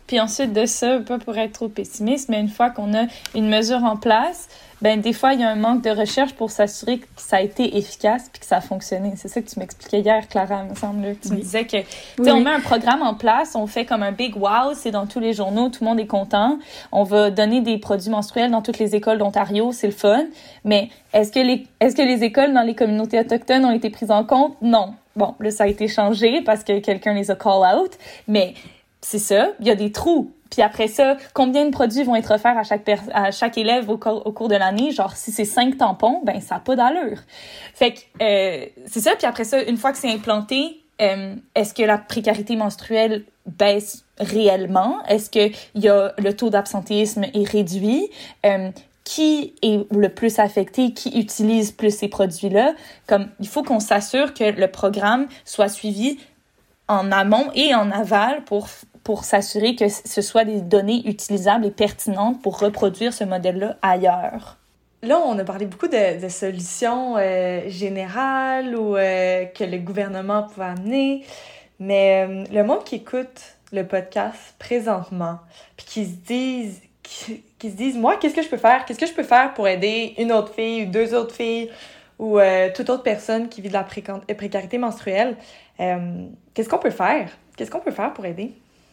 Puis ensuite de ça, pas pour être trop pessimiste, mais une fois qu'on a une mesure en place, ben des fois, il y a un manque de recherche pour s'assurer que ça a été efficace puis que ça a fonctionné. C'est ça que tu m'expliquais hier, Clara, me semble. Tu oui. me disais que, tu sais, oui. on met un programme en place, on fait comme un big wow, c'est dans tous les journaux, tout le monde est content. On va donner des produits menstruels dans toutes les écoles d'Ontario, c'est le fun. Mais est-ce que les, est-ce que les écoles dans les communautés autochtones ont été prises en compte? Non. Bon, là, ça a été changé parce que quelqu'un les a call out. Mais c'est ça, il y a des trous. Puis après ça, combien de produits vont être offerts à chaque, per- à chaque élève au, co- au cours de l'année? Genre, si c'est cinq tampons, ben ça n'a pas d'allure. Fait que euh, c'est ça. Puis après ça, une fois que c'est implanté, euh, est-ce que la précarité menstruelle baisse réellement? Est-ce que il y a le taux d'absentéisme est réduit? Euh, qui est le plus affecté? Qui utilise plus ces produits-là? Comme il faut qu'on s'assure que le programme soit suivi en amont et en aval pour pour s'assurer que ce soit des données utilisables et pertinentes pour reproduire ce modèle-là ailleurs. Là, on a parlé beaucoup de, de solutions euh, générales ou euh, que le gouvernement pouvait amener, mais euh, le monde qui écoute le podcast présentement, puis qui se disent, qui, qui se disent, moi, qu'est-ce que je peux faire? Qu'est-ce que je peux faire pour aider une autre fille ou deux autres filles ou euh, toute autre personne qui vit de la préca- précarité menstruelle? Euh, qu'est-ce qu'on peut faire? Qu'est-ce qu'on peut faire pour aider?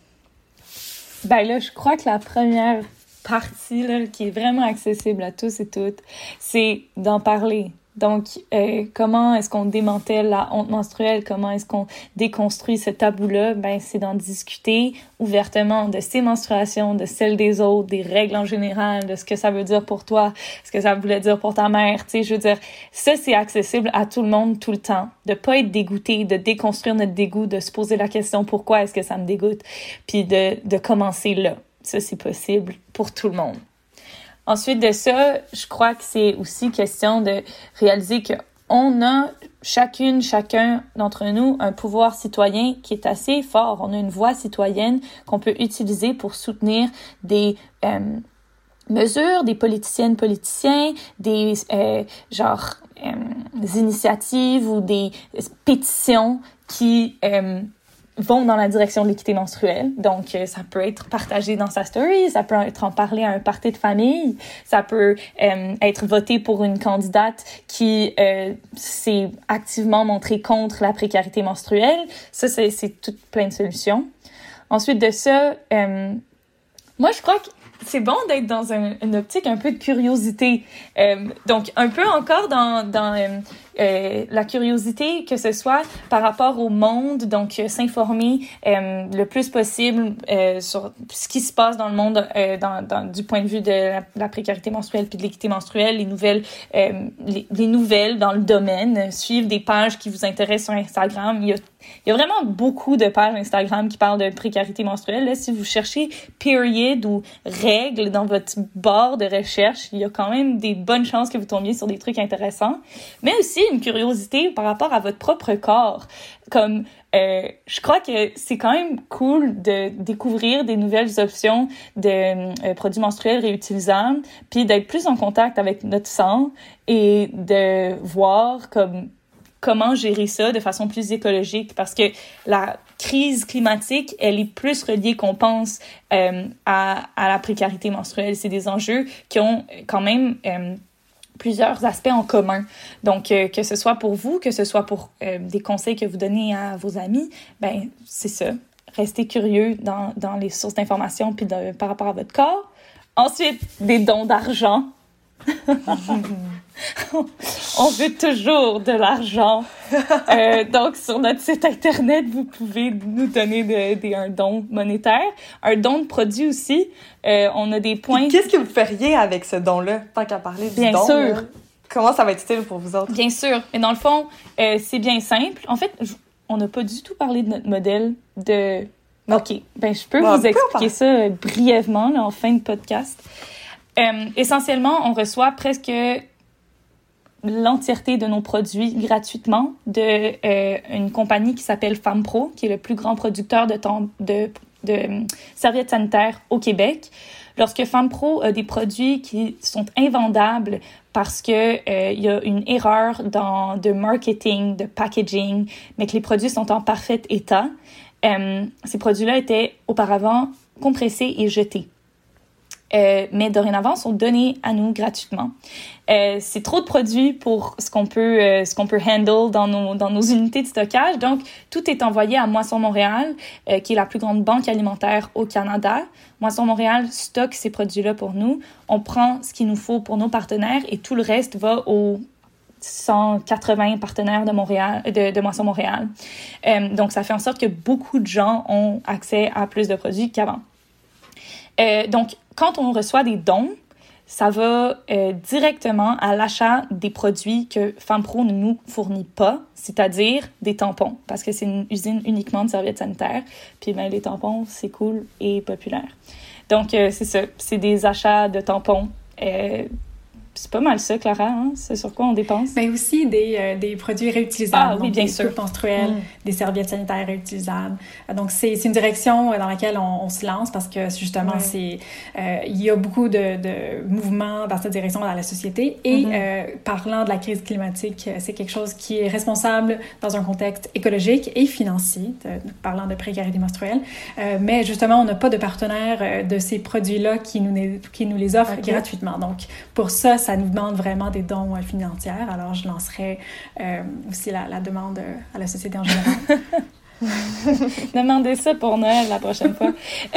Ben là, je crois que la première partie là, qui est vraiment accessible à tous et toutes, c'est d'en parler. Donc, euh, comment est-ce qu'on démantèle la honte menstruelle? Comment est-ce qu'on déconstruit ce tabou-là? Ben, c'est d'en discuter ouvertement de ses menstruations, de celles des autres, des règles en général, de ce que ça veut dire pour toi, ce que ça voulait dire pour ta mère. Tu sais, je veux dire, ça, c'est accessible à tout le monde tout le temps. De pas être dégoûté, de déconstruire notre dégoût, de se poser la question pourquoi est-ce que ça me dégoûte, puis de, de commencer là. Ça, c'est possible pour tout le monde. Ensuite de ça, je crois que c'est aussi question de réaliser qu'on a chacune, chacun d'entre nous un pouvoir citoyen qui est assez fort. On a une voix citoyenne qu'on peut utiliser pour soutenir des euh, mesures, des politiciennes, politiciens, des euh, genre euh, des initiatives ou des pétitions qui euh, vont dans la direction de l'équité menstruelle. Donc, euh, ça peut être partagé dans sa story, ça peut être en parler à un party de famille, ça peut euh, être voté pour une candidate qui euh, s'est activement montrée contre la précarité menstruelle. Ça, c'est, c'est tout plein de solutions. Ensuite de ça, euh, moi, je crois que c'est bon d'être dans un, une optique un peu de curiosité. Euh, donc, un peu encore dans, dans euh, euh, la curiosité, que ce soit par rapport au monde, donc euh, s'informer euh, le plus possible euh, sur ce qui se passe dans le monde euh, dans, dans, du point de vue de la, la précarité menstruelle puis de l'équité menstruelle, les nouvelles, euh, les, les nouvelles dans le domaine, suivre des pages qui vous intéressent sur Instagram. Il y a, il y a vraiment beaucoup de pages Instagram qui parlent de précarité menstruelle. Là, si vous cherchez « period » ou « règles » dans votre barre de recherche, il y a quand même des bonnes chances que vous tombiez sur des trucs intéressants. Mais aussi une curiosité par rapport à votre propre corps. Comme, euh, je crois que c'est quand même cool de découvrir des nouvelles options de euh, produits menstruels réutilisables, puis d'être plus en contact avec notre sang et de voir comme comment gérer ça de façon plus écologique, parce que la crise climatique, elle est plus reliée qu'on pense euh, à, à la précarité menstruelle. C'est des enjeux qui ont quand même euh, plusieurs aspects en commun. Donc, euh, que ce soit pour vous, que ce soit pour euh, des conseils que vous donnez à vos amis, ben c'est ça. Restez curieux dans, dans les sources d'informations puis de, par rapport à votre corps. Ensuite, des dons d'argent. On veut toujours de l'argent. Euh, donc, sur notre site Internet, vous pouvez nous donner de, de, un don monétaire, un don de produit aussi. Euh, on a des points... Et qu'est-ce que vous feriez avec ce don-là, tant qu'à parler du bien don? Sûr. Là? Comment ça va être utile pour vous autres? Bien sûr. Mais dans le fond, euh, c'est bien simple. En fait, on n'a pas du tout parlé de notre modèle de... Non. OK. Ben, je peux bon, vous expliquer ça euh, brièvement là, en fin de podcast. Euh, essentiellement, on reçoit presque l'entièreté de nos produits gratuitement de euh, une compagnie qui s'appelle FemPro, qui est le plus grand producteur de, temps, de, de serviettes sanitaires au Québec. Lorsque FemPro a des produits qui sont invendables parce que euh, y a une erreur dans de marketing, de packaging, mais que les produits sont en parfait état, euh, ces produits-là étaient auparavant compressés et jetés. Euh, mais dorénavant, sont donnés à nous gratuitement. Euh, c'est trop de produits pour ce qu'on peut, euh, ce qu'on peut handle dans nos, dans nos unités de stockage. Donc, tout est envoyé à Moisson Montréal, euh, qui est la plus grande banque alimentaire au Canada. Moisson Montréal stocke ces produits-là pour nous. On prend ce qu'il nous faut pour nos partenaires et tout le reste va aux cent quatre-vingts partenaires de Montréal, de, de Moisson Montréal. Euh, donc, ça fait en sorte que beaucoup de gens ont accès à plus de produits qu'avant. Euh, donc, quand on reçoit des dons, ça va euh, directement à l'achat des produits que FemmePro ne nous fournit pas, c'est-à-dire des tampons, parce que c'est une usine uniquement de serviettes sanitaires. Puis ben, les tampons, c'est cool et populaire. Donc, euh, c'est ça, c'est des achats de tampons. Euh, c'est pas mal ça, Clara, hein? C'est sur quoi on dépense? Mais aussi des, euh, des produits réutilisables. Ah oui, donc bien des sûr. coupes menstruelles, mm. des serviettes sanitaires réutilisables. Donc, c'est, c'est une direction dans laquelle on, on se lance parce que, justement, ouais. c'est, euh, il y a beaucoup de, de mouvements dans cette direction dans la société. Et mm-hmm. euh, parlant de la crise climatique, c'est quelque chose qui est responsable dans un contexte écologique et financier, de, parlant de précarité menstruelle. Euh, mais, justement, on n'a pas de partenaire de ces produits-là qui nous, qui nous les offrent okay. gratuitement. Donc, pour ça, ça nous demande vraiment des dons euh, financiers. Alors, je lancerai euh, aussi la, la demande euh, à la société en général. Demandez ça pour Noël la prochaine fois. euh,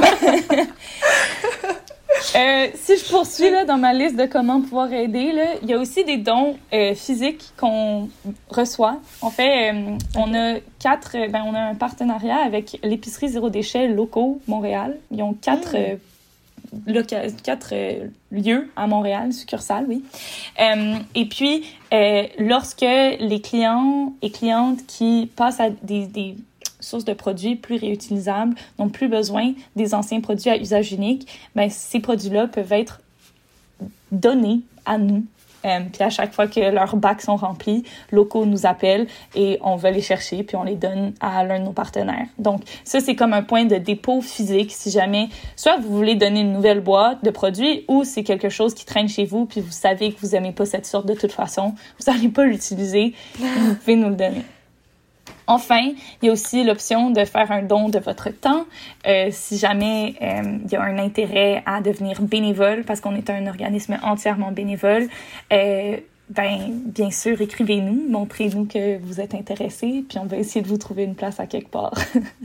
euh, si je poursuis là, dans ma liste de comment pouvoir aider, là, il y a aussi des dons euh, physiques qu'on reçoit. En fait, euh, okay. on a quatre, ben, on a un partenariat avec l'épicerie Zéro Déchet locaux Montréal. Ils ont quatre mmh. euh, Loca- quatre euh, lieux à Montréal, succursales, oui. Euh, et puis, euh, lorsque les clients et clientes qui passent à des, des sources de produits plus réutilisables n'ont plus besoin des anciens produits à usage unique, ben, ces produits-là peuvent être donnés à nous. Euh, puis à chaque fois que leurs bacs sont remplis, locaux nous appellent et on va les chercher puis on les donne à l'un de nos partenaires. Donc ça, c'est comme un point de dépôt physique si jamais, soit vous voulez donner une nouvelle boîte de produits ou c'est quelque chose qui traîne chez vous puis vous savez que vous n'aimez pas cette sorte de toute façon, vous n'allez pas l'utiliser, vous pouvez nous le donner. Enfin, il y a aussi l'option de faire un don de votre temps euh, si jamais euh, il y a un intérêt à devenir bénévole parce qu'on est un organisme entièrement bénévole. Euh, ben, bien sûr, écrivez-nous, montrez-nous que vous êtes intéressés, puis on va essayer de vous trouver une place à quelque part.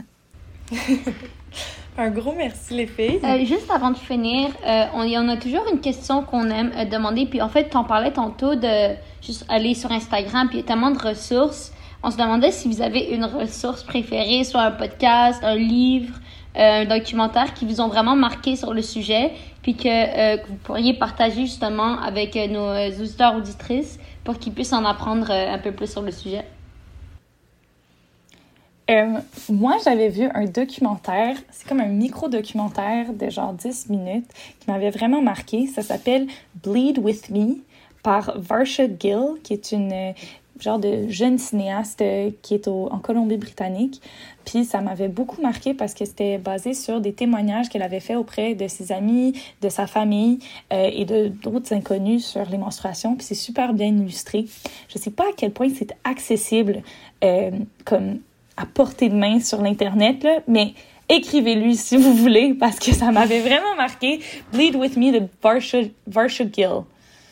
Un gros merci, les filles. Euh, juste avant de finir, euh, on, on a toujours une question qu'on aime euh, demander. Puis en fait, t'en parlais tantôt de juste aller sur Instagram, puis il y a tellement de ressources. On se demandait si vous avez une ressource préférée, soit un podcast, un livre, euh, un documentaire qui vous ont vraiment marqué sur le sujet, puis que, euh, que vous pourriez partager justement avec euh, nos euh, auditeurs auditrices pour qu'ils puissent en apprendre euh, un peu plus sur le sujet. Euh, moi, j'avais vu un documentaire, c'est comme un micro-documentaire de genre dix minutes qui m'avait vraiment marqué. Ça s'appelle « Bleed With Me » par Varsha Gill, qui est une euh, genre de jeune cinéaste euh, qui est au, en Colombie-Britannique. Puis ça m'avait beaucoup marqué parce que c'était basé sur des témoignages qu'elle avait fait auprès de ses amis, de sa famille euh, et de, d'autres inconnus sur les menstruations. Puis c'est super bien illustré. Je sais pas à quel point c'est accessible euh, comme à portée de main sur l'Internet, là, mais écrivez-lui si vous voulez, parce que ça m'avait vraiment marqué. Bleed With Me de Varsha, Varsha Gill.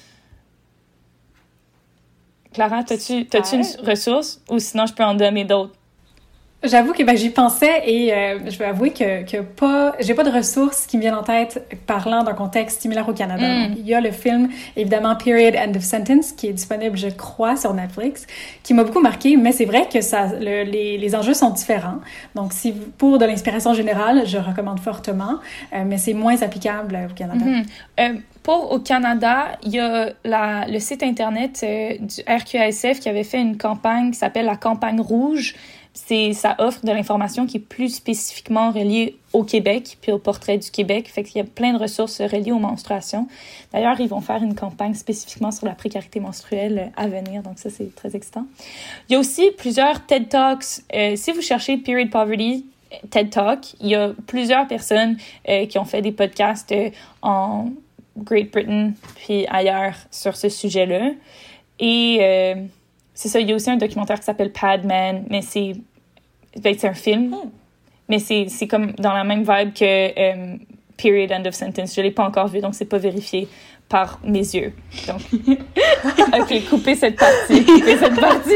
Clara, t'as-tu, t'as-tu une ressource ou sinon je peux en donner d'autres? J'avoue que ben, j'y pensais et euh, je vais avouer que, que pas, j'ai pas de ressources qui me viennent en tête parlant d'un contexte similaire au Canada. Mm. Donc, il y a le film, évidemment, Period, End of Sentence, qui est disponible, je crois, sur Netflix, qui m'a beaucoup marqué, mais c'est vrai que ça, le, les, les enjeux sont différents. Donc, si vous, pour de l'inspiration générale, je recommande fortement, euh, mais c'est moins applicable au Canada. Mm-hmm. Euh, pour au Canada, il y a la, le site Internet euh, du R Q A S F qui avait fait une campagne qui s'appelle la Campagne Rouge. C'est, ça offre de l'information qui est plus spécifiquement reliée au Québec puis au portrait du Québec. Fait qu'il y a plein de ressources reliées aux menstruations. D'ailleurs, ils vont faire une campagne spécifiquement sur la précarité menstruelle à venir. Donc ça, c'est très excitant. Il y a aussi plusieurs TED Talks. Euh, si vous cherchez Period Poverty, TED Talk, il y a plusieurs personnes euh, qui ont fait des podcasts euh, en Great Britain puis ailleurs sur ce sujet-là. Et... Euh, c'est ça, il y a aussi un documentaire qui s'appelle Padman, mais c'est, ben, c'est un film. Mm. mais c'est, c'est comme dans la même vibe que um, Period, End of Sentence. Je l'ai pas encore vu, donc c'est pas vérifié par mes yeux. Donc, ok, coupez cette partie. Coupez cette partie.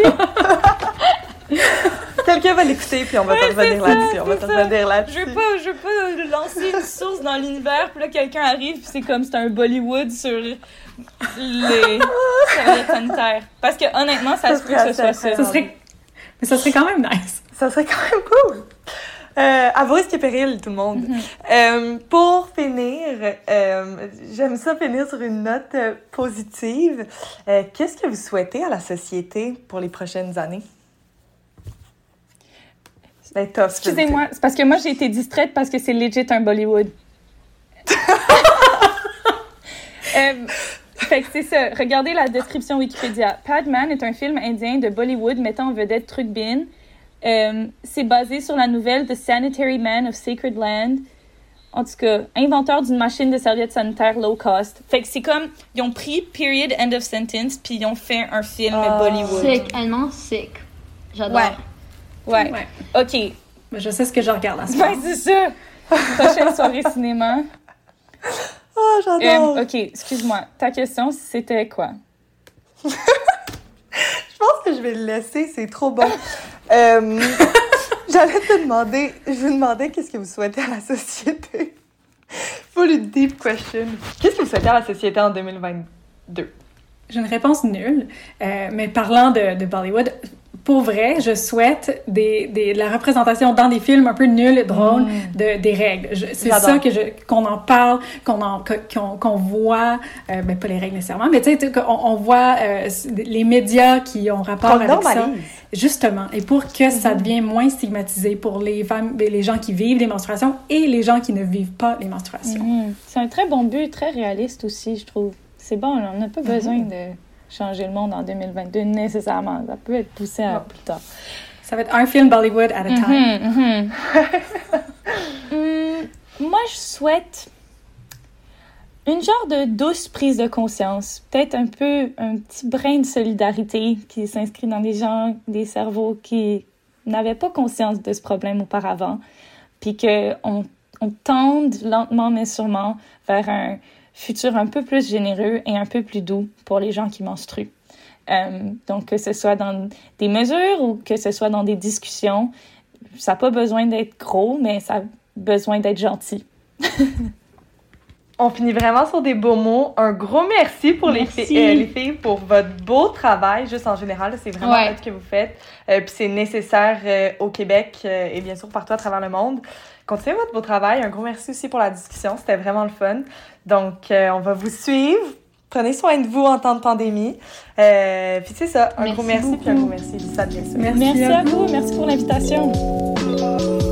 Quelqu'un va l'écouter, puis on va ouais, te revenir ça, là-dessus. On va te revenir là-dessus. Je veux pas, je veux pas lancer une source dans l'univers, puis là, quelqu'un arrive, puis c'est comme c'est un Bollywood sur les serviettes sanitaires. Parce que, honnêtement, ça, ça se peut que ce soit ça. Ça serait... Mais ça serait quand même nice. Ça serait quand même cool. Euh, à vos risques et périls, tout le monde. Mm-hmm. Euh, pour finir, euh, j'aime ça finir sur une note euh, positive. Euh, qu'est-ce que vous souhaitez à la société pour les prochaines années? Ben, tough, excusez-moi, c'est parce que moi, j'ai été distraite parce que c'est legit un Bollywood. euh, fait que c'est ça. Regardez la description Wikipédia. Padman est un film indien de Bollywood mettant en vedette Trugg Bin. Euh, c'est basé sur la nouvelle The Sanitary Man of Sacred Land. En tout cas, inventeur d'une machine de serviettes sanitaires low cost. Fait que c'est comme, ils ont pris Period, End of Sentence, puis ils ont fait un film oh. Bollywood. Sick, honnêtement, sick. J'adore. Ouais. Ouais. ouais. OK. Je sais ce que je regarde en ce moment. Ouais, c'est ça. Prochaine soirée cinéma. Oh, j'adore. Euh, OK, excuse-moi. Ta question, c'était quoi? Je pense que je vais le laisser, c'est trop bon. euh, j'allais te demander, je vous demandais qu'est-ce que vous souhaitez à la société. Full une deep question. Qu'est-ce que vous souhaitez à la société en deux mille vingt-deux? J'ai une réponse nulle, euh, mais parlant de, de Bollywood, pour vrai, je souhaite des, des, de la représentation dans des films un peu nuls et drôles mmh. de, des règles. Je, c'est J'adore. ça que je, qu'on en parle, qu'on, en, qu'on, qu'on voit, euh, ben pas les règles nécessairement, mais tu sais, qu'on on voit euh, les médias qui ont rapport qu'on avec normalise. ça. Justement, et pour que mmh. ça devienne moins stigmatisé pour les femmes, les gens qui vivent les menstruations et les gens qui ne vivent pas les menstruations. Mmh. C'est un très bon but, très réaliste aussi, je trouve. C'est bon, on n'a pas mmh. besoin de changer le monde en deux mille vingt-deux nécessairement. Ça peut être poussé à plus tard. Ça va être un film Bollywood at a time. Mm-hmm, mm-hmm. hum, moi, je souhaite une genre de douce prise de conscience. Peut-être un peu, un petit brin de solidarité qui s'inscrit dans des gens, des cerveaux qui n'avaient pas conscience de ce problème auparavant. Puis qu'on on tende lentement mais sûrement vers un futur un peu plus généreux et un peu plus doux pour les gens qui menstruent. Euh, donc, que ce soit dans des mesures ou que ce soit dans des discussions, ça n'a pas besoin d'être gros, mais ça a besoin d'être gentil. On finit vraiment sur des beaux mots. Un gros merci pour merci. Les, fi- euh, les filles pour votre beau travail, juste en général. C'est vraiment ouais. ce que vous faites. Euh, puis c'est nécessaire euh, au Québec euh, et bien sûr partout à travers le monde. Continuez votre beau travail. Un gros merci aussi pour la discussion. C'était vraiment le fun. Donc, euh, on va vous suivre. Prenez soin de vous en temps de pandémie. Euh, puis c'est ça. Un merci gros merci. Beaucoup. Puis un gros merci, Lisa, bien sûr. Merci, merci à vous. Merci pour l'invitation.